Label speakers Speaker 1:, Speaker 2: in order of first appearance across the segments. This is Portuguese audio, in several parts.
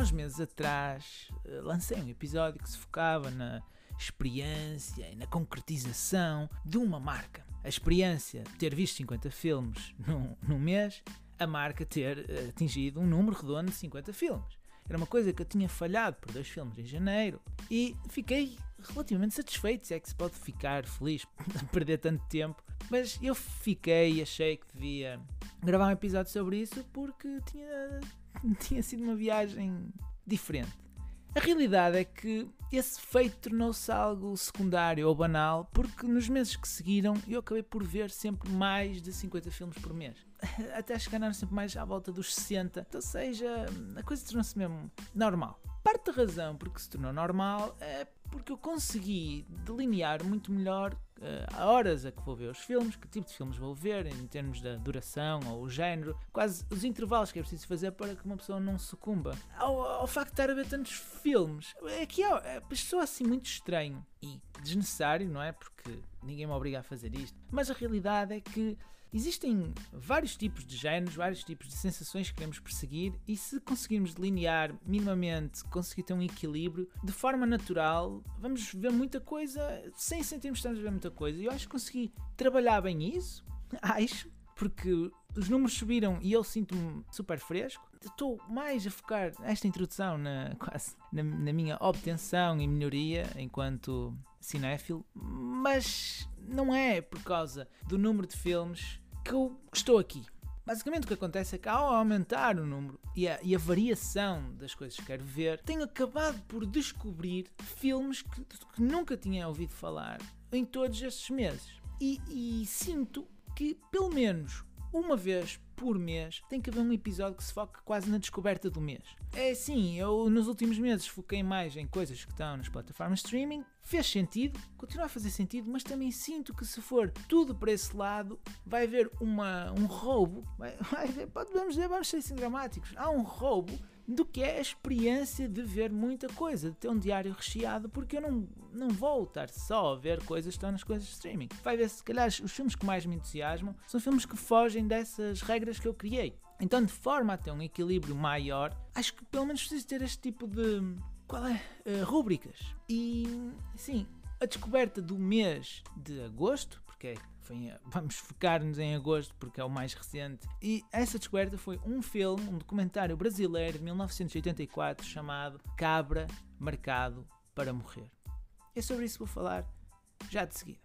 Speaker 1: há uns meses atrás lancei um episódio que se focava na experiência e na concretização de uma marca. A experiência de ter visto 50 filmes num mês, a marca ter atingido um número redondo de 50 filmes. Era uma coisa que eu tinha falhado por 2 filmes em janeiro e fiquei relativamente satisfeito, se é que se pode ficar feliz de perder tanto tempo. Mas eu achei que devia gravar um episódio sobre isso porque tinha sido uma viagem diferente. A realidade é que esse feito tornou-se algo secundário ou banal porque nos meses que seguiram eu acabei por ver sempre mais de 50 filmes por mês. Até chegar sempre mais à volta dos 60. Ou seja, a coisa tornou-se mesmo normal. Parte da razão porque se tornou normal é porque eu consegui delinear muito melhor a horas a que vou ver os filmes, que tipo de filmes vou ver, em termos da duração ou o género, quase os intervalos que é preciso fazer para que uma pessoa não sucumba ao facto de estar a ver tantos filmes. É que pessoa assim muito estranho e desnecessário, não é? Porque ninguém me obriga a fazer isto. Mas a realidade é que existem vários tipos de géneros, vários tipos de sensações que queremos perseguir e se conseguirmos delinear minimamente, conseguir ter um equilíbrio, de forma natural, vamos ver muita coisa sem sentirmos que estamos a ver muita coisa. E eu acho que consegui trabalhar bem isso, porque os números subiram e eu sinto-me super fresco. Estou mais a focar esta introdução na minha obtenção e melhoria enquanto cinéfilo, mas não é por causa do número de filmes que eu estou aqui. Basicamente o que acontece é que ao aumentar o número e a variação das coisas que quero ver, tenho acabado por descobrir filmes que nunca tinha ouvido falar em todos estes meses. E sinto que pelo menos uma vez por mês tem que haver um episódio que se foque quase na descoberta do mês. É assim, eu nos últimos meses foquei mais em coisas que estão nas plataformas de streaming. Fez sentido, continua a fazer sentido, mas também sinto que se for tudo para esse lado, vai haver um roubo, podemos dizer, vamos ser assim dramáticos, há um roubo do que é a experiência de ver muita coisa, de ter um diário recheado, porque eu não vou estar só a ver coisas que estão nas coisas de streaming. Vai ver, se calhar, os filmes que mais me entusiasmam são filmes que fogem dessas regras que eu criei. Então, de forma a ter um equilíbrio maior, acho que pelo menos preciso ter este tipo de rúbricas. E, sim, a descoberta do mês de agosto, porque vamos focar-nos em agosto porque é o mais recente, e essa descoberta foi um filme, um documentário brasileiro de 1984 chamado Cabra Marcado para Morrer. É sobre isso que vou falar já de seguida.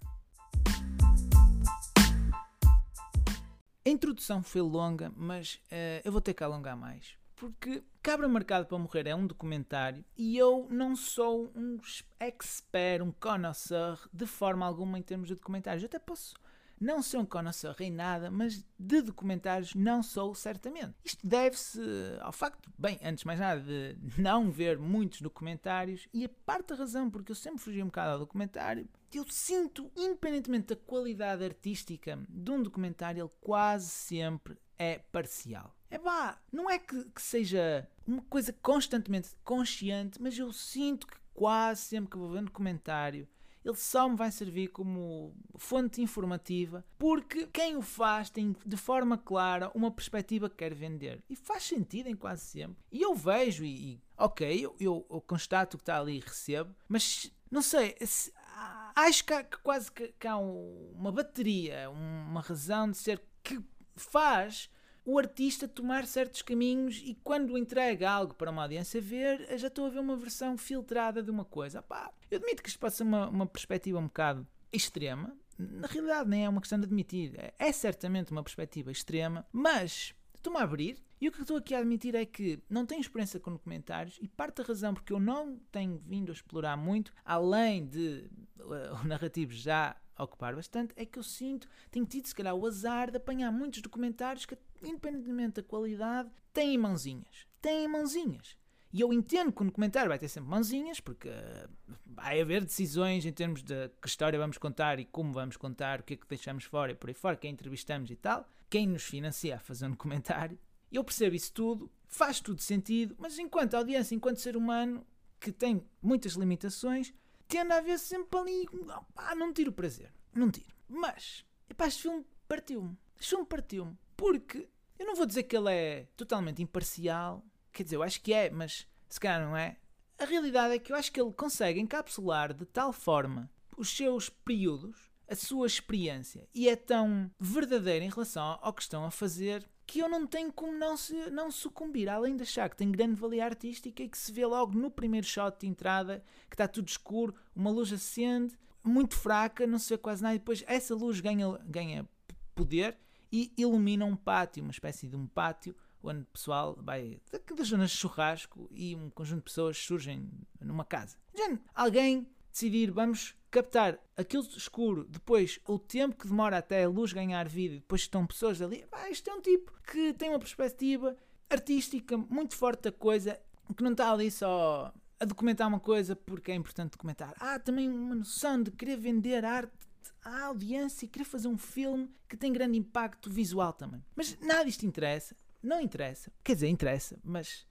Speaker 1: A introdução foi longa, mas eu vou ter que alongar mais, porque Cabra Marcado para Morrer é um documentário e eu não sou um expert, um connoisseur de forma alguma em termos de documentários. Eu até posso não ser um connoisseur em nada, mas de documentários não sou certamente. Isto deve-se ao facto, antes de mais nada, de não ver muitos documentários, e a parte da razão porque eu sempre fugi um bocado ao documentário, eu sinto, independentemente da qualidade artística de um documentário, ele quase sempre é parcial. Não é que seja uma coisa constantemente consciente, mas eu sinto que quase sempre que vou ver um documentário, ele só me vai servir como fonte informativa, porque quem o faz tem de forma clara uma perspectiva que quer vender. E faz sentido em quase sempre. E eu vejo eu constato que está ali e recebo, mas não sei, acho que quase que há uma bateria, uma razão de ser que faz o artista tomar certos caminhos, e quando entrega algo para uma audiência ver, eu já estou a ver uma versão filtrada de uma coisa. Eu admito que isto pode ser uma perspectiva um bocado extrema. Na realidade nem é uma questão de admitir. É certamente uma perspectiva extrema, mas estou-me a abrir, e o que estou aqui a admitir é que não tenho experiência com documentários, e parte da razão porque eu não tenho vindo a explorar muito, além de o narrativo já ocupar bastante, é que eu tenho tido se calhar o azar de apanhar muitos documentários que, independentemente da qualidade, têm mãozinhas. E eu entendo que um documentário vai ter sempre mãozinhas, porque vai haver decisões em termos de que história vamos contar e como vamos contar, o que é que deixamos fora e por aí fora, quem entrevistamos e tal, quem nos financia a fazer um documentário. Eu percebo isso tudo, faz tudo sentido, mas enquanto audiência, enquanto ser humano, que tem muitas limitações, tende a haver sempre ali, não tiro o prazer, não tiro. Mas, este filme partiu-me, porque eu não vou dizer que ele é totalmente imparcial, quer dizer, eu acho que é, mas se calhar não é. A realidade é que eu acho que ele consegue encapsular de tal forma os seus períodos, a sua experiência, e é tão verdadeiro em relação ao que estão a fazer, que eu não tenho como não sucumbir, além de achar que tem grande valia artística e que se vê logo no primeiro shot de entrada, que está tudo escuro, uma luz acende, muito fraca, não se vê quase nada, e depois essa luz ganha poder e ilumina um pátio, uma espécie de um pátio, onde o pessoal vai das zonas de churrasco e um conjunto de pessoas surgem numa casa. Já alguém decidir, vamos captar aquilo escuro, depois o tempo que demora até a luz ganhar vida e depois estão pessoas ali, isto é um tipo que tem uma perspectiva artística muito forte da coisa, que não está ali só a documentar uma coisa porque é importante documentar. Também uma noção de querer vender arte à audiência e querer fazer um filme que tem grande impacto visual também. Mas nada disto interessa. Não interessa. Quer dizer, interessa, mas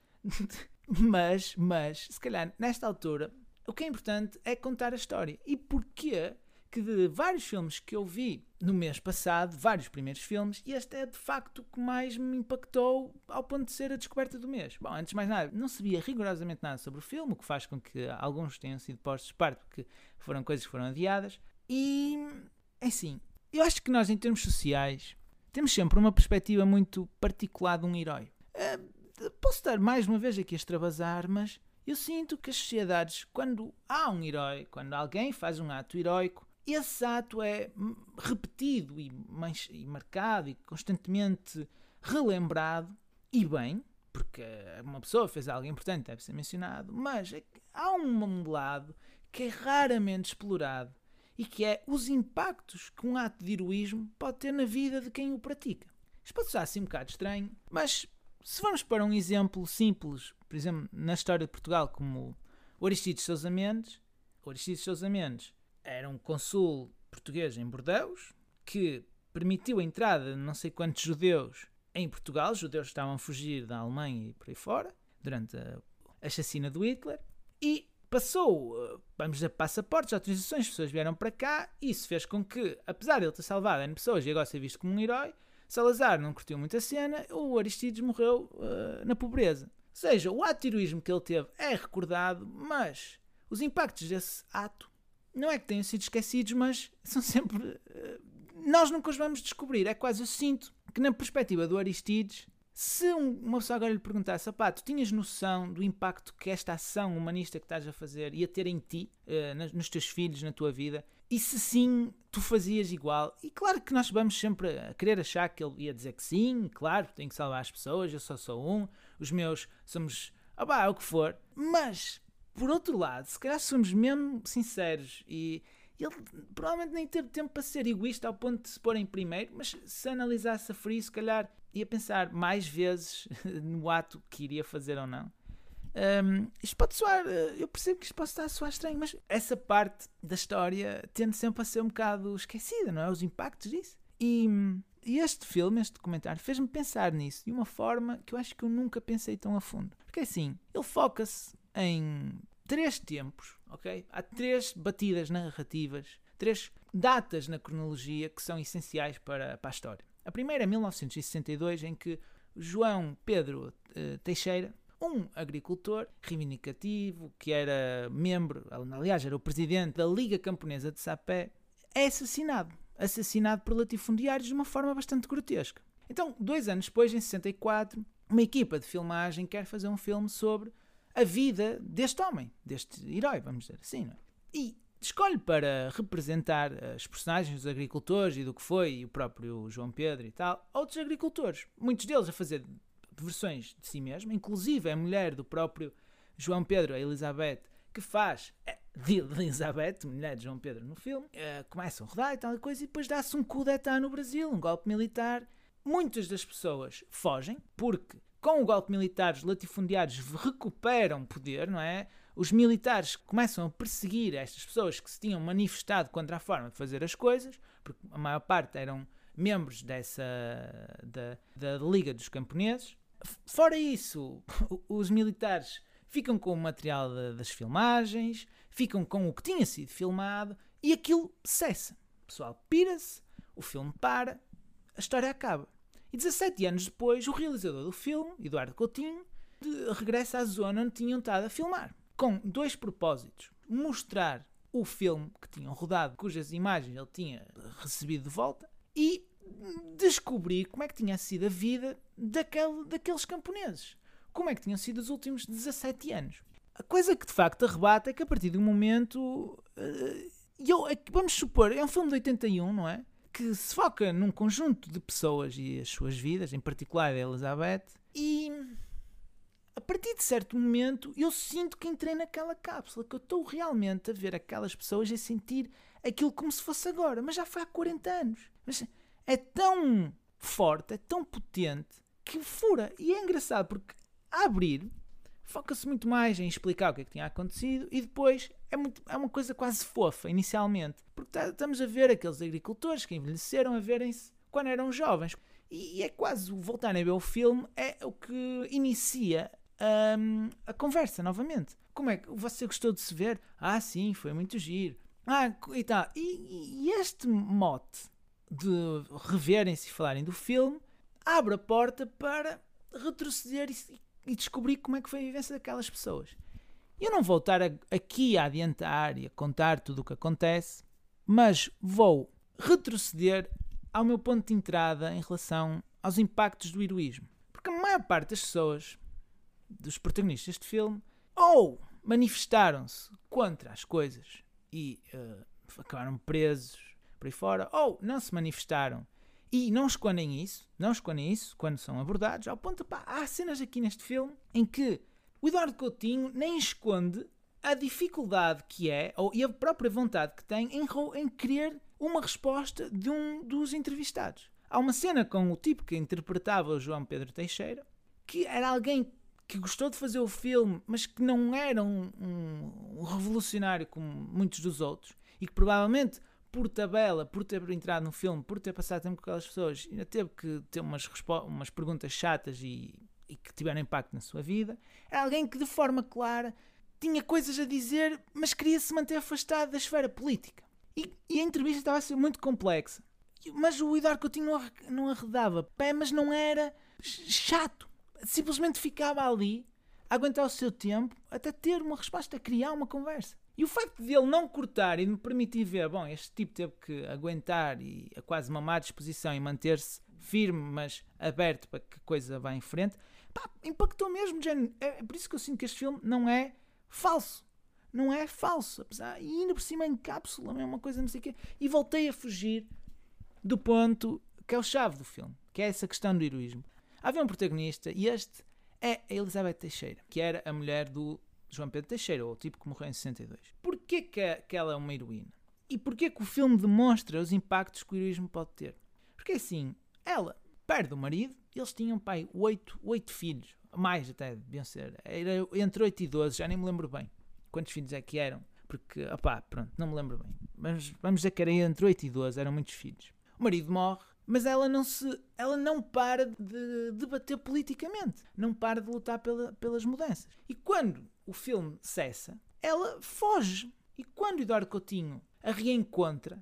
Speaker 1: se calhar nesta altura o que é importante é contar a história. E porquê que de vários filmes que eu vi no mês passado, vários primeiros filmes, este é de facto o que mais me impactou ao ponto de ser a descoberta do mês. Bom, antes de mais nada, não sabia rigorosamente nada sobre o filme, o que faz com que alguns tenham sido postos de parte porque foram coisas que foram adiadas. E, assim, eu acho que nós em termos sociais temos sempre uma perspectiva muito particular de um herói. Posso estar mais uma vez aqui a extravasar, mas eu sinto que as sociedades, quando há um herói, quando alguém faz um ato heróico, esse ato é repetido e marcado e constantemente relembrado, e bem, porque uma pessoa fez algo importante, deve ser mencionado, mas há um lado que é raramente explorado e que é os impactos que um ato de heroísmo pode ter na vida de quem o pratica. Isto pode soar assim um bocado estranho, mas se vamos para um exemplo simples, por exemplo, na história de Portugal, como o Aristides Sousa Mendes. O Aristides Sousa Mendes era um consul português em Bordeus, que permitiu a entrada de não sei quantos judeus em Portugal. Os judeus estavam a fugir da Alemanha e por aí fora, durante a chacina do Hitler, e passou, vamos dizer, passaportes, autorizações, as pessoas vieram para cá, e isso fez com que, apesar de ele ter salvado N pessoas e agora ser visto como um herói, Salazar não curtiu muito a cena, o Aristides morreu na pobreza. Ou seja, o ato de heroísmo que ele teve é recordado, mas os impactos desse ato não é que tenham sido esquecidos, mas são sempre... nós nunca os vamos descobrir. É quase, eu sinto que na perspectiva do Aristides, se uma pessoa agora lhe perguntasse, tu tinhas noção do impacto que esta ação humanista que estás a fazer ia ter em ti, nos teus filhos, na tua vida, e se sim, tu fazias igual? E claro que nós vamos sempre a querer achar que ele ia dizer que sim, claro, tenho que salvar as pessoas, eu só sou um, os meus somos, é o que for. Mas, por outro lado, se calhar somos mesmo sinceros, e ele provavelmente nem teve tempo para ser egoísta ao ponto de se pôr em primeiro, mas se analisasse a frio, se calhar ia pensar mais vezes no ato que iria fazer ou não. Isto pode soar, eu percebo que isto pode estar a soar estranho, mas essa parte da história tende sempre a ser um bocado esquecida, não é? Os impactos disso. E este filme, este documentário, fez-me pensar nisso de uma forma que eu acho que eu nunca pensei tão a fundo. Porque assim, ele foca-se em 3 tempos, ok? Há 3 batidas narrativas, 3 datas na cronologia que são essenciais para a história. A primeira é 1962, em que João Pedro Teixeira, um agricultor reivindicativo, que era membro, aliás, era o presidente da Liga Camponesa de Sapé, é assassinado por latifundiários de uma forma bastante grotesca. Então, 2 anos depois, em 64, uma equipa de filmagem quer fazer um filme sobre a vida deste homem, deste herói, vamos dizer assim, não é? E escolhe para representar as personagens dos agricultores e do que foi, e o próprio João Pedro e tal, outros agricultores, muitos deles a fazer versões de si mesmo, inclusive a mulher do próprio João Pedro, a Elizabeth, que faz de Elizabeth, mulher de João Pedro no filme, começam a rodar e tal coisa, e depois dá-se um coup d'état no Brasil, um golpe militar. Muitas das pessoas fogem, porque com o golpe militar os latifundiários recuperam poder, não é? Os militares começam a perseguir estas pessoas que se tinham manifestado contra a forma de fazer as coisas, porque a maior parte eram membros da Liga dos Camponeses. Fora isso, os militares ficam com o material das filmagens, ficam com o que tinha sido filmado, e aquilo cessa. O pessoal pira-se, o filme para, a história acaba. E 17 anos depois, o realizador do filme, Eduardo Coutinho, de regresso à zona onde tinham estado a filmar. Com 2 propósitos. Mostrar o filme que tinham rodado, cujas imagens ele tinha recebido de volta, e descobrir como é que tinha sido a vida daqueles camponeses. Como é que tinham sido os últimos 17 anos. A coisa que de facto arrebata é que a partir de um momento... vamos supor, é um filme de 81, não é? Que se foca num conjunto de pessoas e as suas vidas, em particular a Elizabeth, e a partir de certo momento eu sinto que entrei naquela cápsula, que eu estou realmente a ver aquelas pessoas e a sentir aquilo como se fosse agora, mas já foi há 40 anos. Mas é tão forte, é tão potente, que fura. E é engraçado porque a abrir foca-se muito mais em explicar o que é que tinha acontecido e depois é uma coisa quase fofa inicialmente, porque estamos a ver aqueles agricultores que envelheceram a verem-se quando eram jovens e é quase voltarem a ver o filme é o que inicia a conversa novamente. Como é que você gostou de se ver? Ah, sim, foi muito giro. E tal. E este mote de reverem-se e falarem do filme abre a porta para retroceder e descobrir como é que foi a vivência daquelas pessoas. Eu não vou estar aqui a adiantar e a contar tudo o que acontece, mas vou retroceder ao meu ponto de entrada em relação aos impactos do heroísmo. Porque a maior parte das pessoas, dos protagonistas deste filme, ou manifestaram-se contra as coisas e acabaram presos por aí fora, ou não se manifestaram e não escondem isso quando são abordados, ao ponto, há cenas aqui neste filme em que o Eduardo Coutinho nem esconde a dificuldade que é, e a própria vontade que tem em querer uma resposta de um dos entrevistados. Há uma cena com o tipo que interpretava o João Pedro Teixeira, que era alguém que gostou de fazer o filme, mas que não era um revolucionário como muitos dos outros, e que provavelmente, por tabela, por ter entrado no filme, por ter passado tempo com aquelas pessoas, ainda teve que ter umas perguntas chatas e que tiveram impacto na sua vida. Era alguém que de forma clara tinha coisas a dizer, mas queria se manter afastado da esfera política. E a entrevista estava a ser muito complexa. Mas o Eduardo Coutinho não arredava pé, mas não era chato. Simplesmente ficava ali a aguentar o seu tempo até ter uma resposta, a criar uma conversa. E o facto de ele não cortar e me permitir ver, este tipo teve que aguentar e a quase uma má disposição e manter-se firme, mas aberto para que a coisa vá em frente, impactou mesmo. É por isso que eu sinto que este filme não é falso. Não é falso. Apesar, e ainda por cima em cápsula, é uma coisa não sei o quê. E voltei a fugir do ponto que é o chave do filme, que é essa questão do heroísmo. Havia um protagonista e este é a Elizabeth Teixeira, que era a mulher do João Pedro Teixeira, ou o tipo que morreu em 62. Porquê que ela é uma heroína? E porquê que o filme demonstra os impactos que o heroísmo pode ter? Porque assim, ela perde o marido, eles tinham, 8 filhos, mais até, deviam ser, era entre 8 e 12, já nem me lembro bem quantos filhos é que eram, porque, pronto, não me lembro bem, mas vamos dizer que era entre 8 e 12, eram muitos filhos. O marido morre, mas ela não para de debater politicamente, não para de lutar pelas mudanças. E quando o filme cessa, ela foge. E quando o Eduardo Coutinho a reencontra,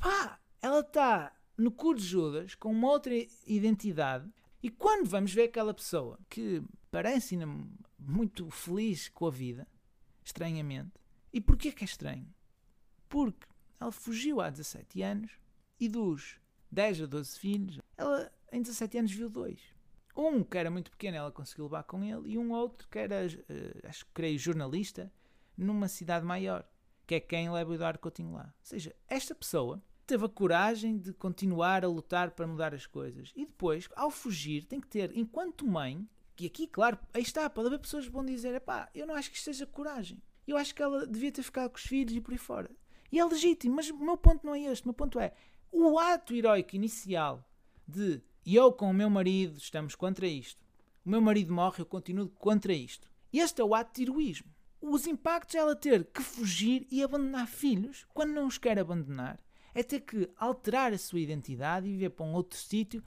Speaker 1: ela está no cu de Judas, com uma outra identidade, e quando vamos ver aquela pessoa que parece muito feliz com a vida, estranhamente, e porquê que é estranho? Porque ela fugiu há 17 anos e dos 10 a 12 filhos, ela em 17 anos viu 2. Um que era muito pequeno, ela conseguiu levar com ele, e um outro que era, creio, jornalista, numa cidade maior, que é quem leva o Eduardo Coutinho lá. Ou seja, esta pessoa teve a coragem de continuar a lutar para mudar as coisas. E depois, ao fugir, tem que ter, enquanto mãe, que aqui, claro, aí está, pode haver pessoas que vão dizer, eu não acho que isto seja coragem. Eu acho que ela devia ter ficado com os filhos e por aí fora. E é legítimo, mas o meu ponto não é este. O meu ponto é, o ato heroico inicial de eu com o meu marido estamos contra isto, o meu marido morre, eu continuo contra isto. Este é o ato de heroísmo. Os impactos é ela ter que fugir e abandonar filhos quando não os quer abandonar. É ter que alterar a sua identidade e viver para um outro sítio.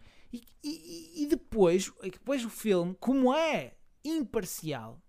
Speaker 1: E depois o filme, como é imparcial,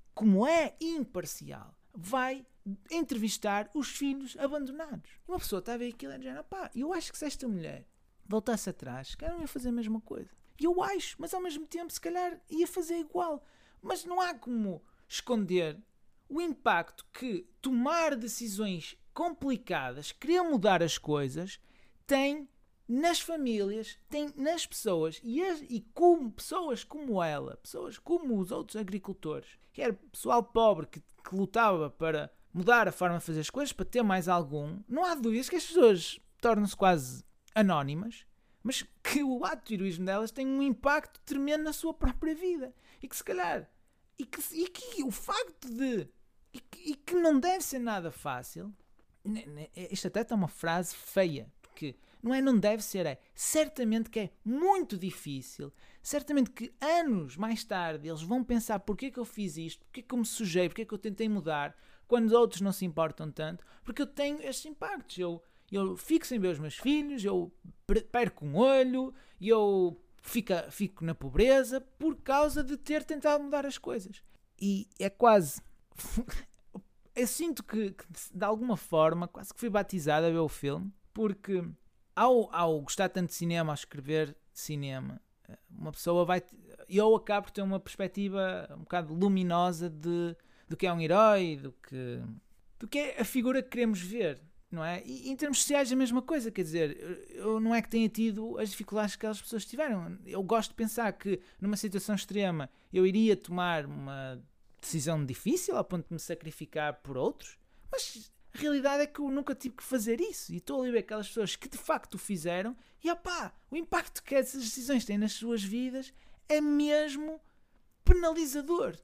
Speaker 1: vai entrevistar os filhos abandonados. E uma pessoa está a ver aquilo e diz, eu acho que se esta mulher voltasse atrás, se calhar não ia fazer a mesma coisa. E eu acho, mas ao mesmo tempo, se calhar ia fazer igual. Mas não há como esconder o impacto que tomar decisões complicadas, querer mudar as coisas, tem nas famílias, tem nas pessoas e como pessoas como ela, pessoas como os outros agricultores, que era pessoal pobre que lutava para mudar a forma de fazer as coisas, para ter mais algum. Não há dúvidas que as pessoas tornam-se quase anónimas, mas que o ato de heroísmo delas tem um impacto tremendo na sua própria vida. E que se calhar, e que o facto de, e que não deve ser nada fácil, isto até está uma frase feia, porque não deve ser, é certamente que é muito difícil, certamente que anos mais tarde eles vão pensar porque é que eu fiz isto, porque é que eu me sujei, porque é que eu tentei mudar, quando os outros não se importam tanto, porque eu tenho estes impactos, eu fico sem ver os meus filhos, eu perco um olho, eu fico na pobreza por causa de ter tentado mudar as coisas. E é quase... eu sinto que de alguma forma quase que fui batizado a ver o filme, porque ao gostar tanto de cinema, ao escrever cinema, uma pessoa vai... Eu acabo por ter uma perspectiva um bocado luminosa do que é um herói, do que é a figura que queremos ver, não é? E em termos sociais a mesma coisa, quer dizer, eu não é que tenha tido as dificuldades que aquelas pessoas tiveram. Eu gosto de pensar que numa situação extrema eu iria tomar uma decisão difícil ao ponto de me sacrificar por outros, mas a realidade é que eu nunca tive que fazer isso, e estou a ver aquelas pessoas que de facto o fizeram, e o impacto que essas decisões têm nas suas vidas é mesmo penalizador,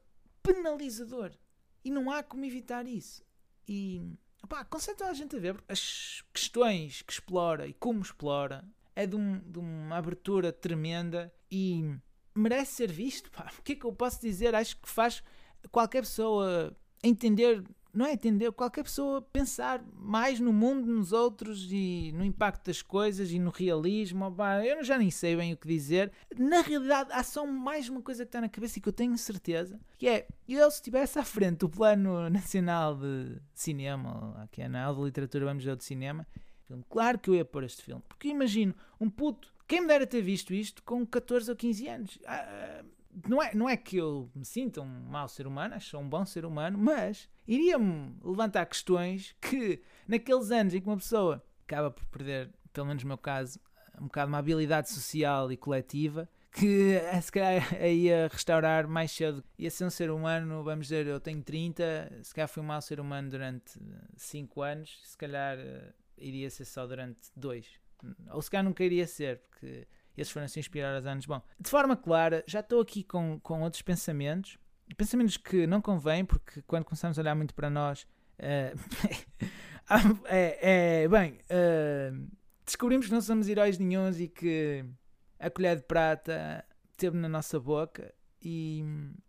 Speaker 1: e não há como evitar isso. E aconselho toda a gente a ver, porque as questões que explora e como explora é de uma abertura tremenda e merece ser visto. O que é que eu posso dizer? Acho que faz qualquer pessoa entender, não é entender, qualquer pessoa pensar mais no mundo, nos outros e no impacto das coisas e no realismo. Eu já nem sei bem o que dizer. Na realidade, há só mais uma coisa que está na cabeça e que eu tenho certeza, que é, eu se estivesse à frente do Plano Nacional de Cinema, que é na aula de literatura, vamos ver, de cinema, claro que eu ia pôr este filme, porque imagino um puto, quem me dera ter visto isto com 14 ou 15 anos. Não é que eu me sinta um mau ser humano, acho que sou um bom ser humano, mas iria-me levantar questões que naqueles anos em que uma pessoa acaba por perder, pelo menos no meu caso, um bocado uma habilidade social e coletiva, que se calhar ia restaurar mais cedo. Ia ser um ser humano, vamos dizer, eu tenho 30, se calhar fui um mau ser humano durante 5 anos, se calhar iria ser só durante 2. Ou se calhar nunca iria ser, porque esses foram assim inspirar aos anos. Bom, de forma clara, já estou aqui com outros pensamentos que não convêm, porque quando começamos a olhar muito para nós, descobrimos que não somos heróis nenhuns e que a colher de prata esteve na nossa boca e...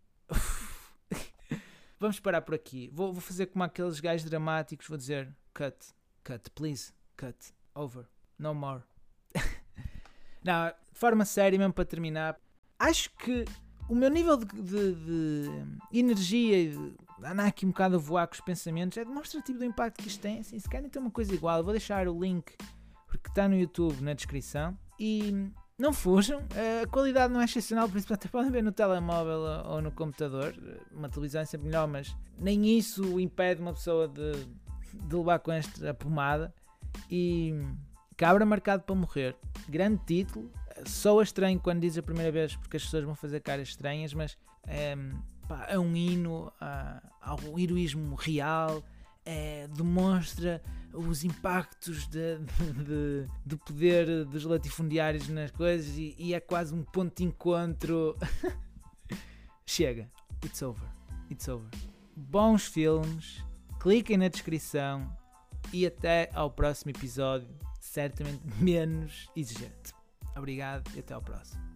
Speaker 1: Vamos parar por aqui. Vou fazer como aqueles gajos dramáticos, vou dizer cut, please, cut, over, no more. Não, de forma séria, mesmo para terminar, acho que o meu nível de energia e de andar aqui um bocado a voar com os pensamentos é demonstrativo do impacto que isto tem. Assim, se querem ter uma coisa igual, vou deixar o link, porque está no YouTube, na descrição. E não fujam, a qualidade não é excepcional, por isso até podem ver no telemóvel ou no computador. Uma televisão é sempre melhor, mas nem isso impede uma pessoa de levar com esta pomada. E... Cabra marcado para morrer. Grande título. Soa estranho quando diz a primeira vez, porque as pessoas vão fazer caras estranhas, mas é um hino ao heroísmo real. Demonstra os impactos do poder dos latifundiários nas coisas e é quase um ponto de encontro. Chega. It's over. Bons filmes. Cliquem na descrição e até ao próximo episódio. Certamente menos exigente. Obrigado e até ao próximo.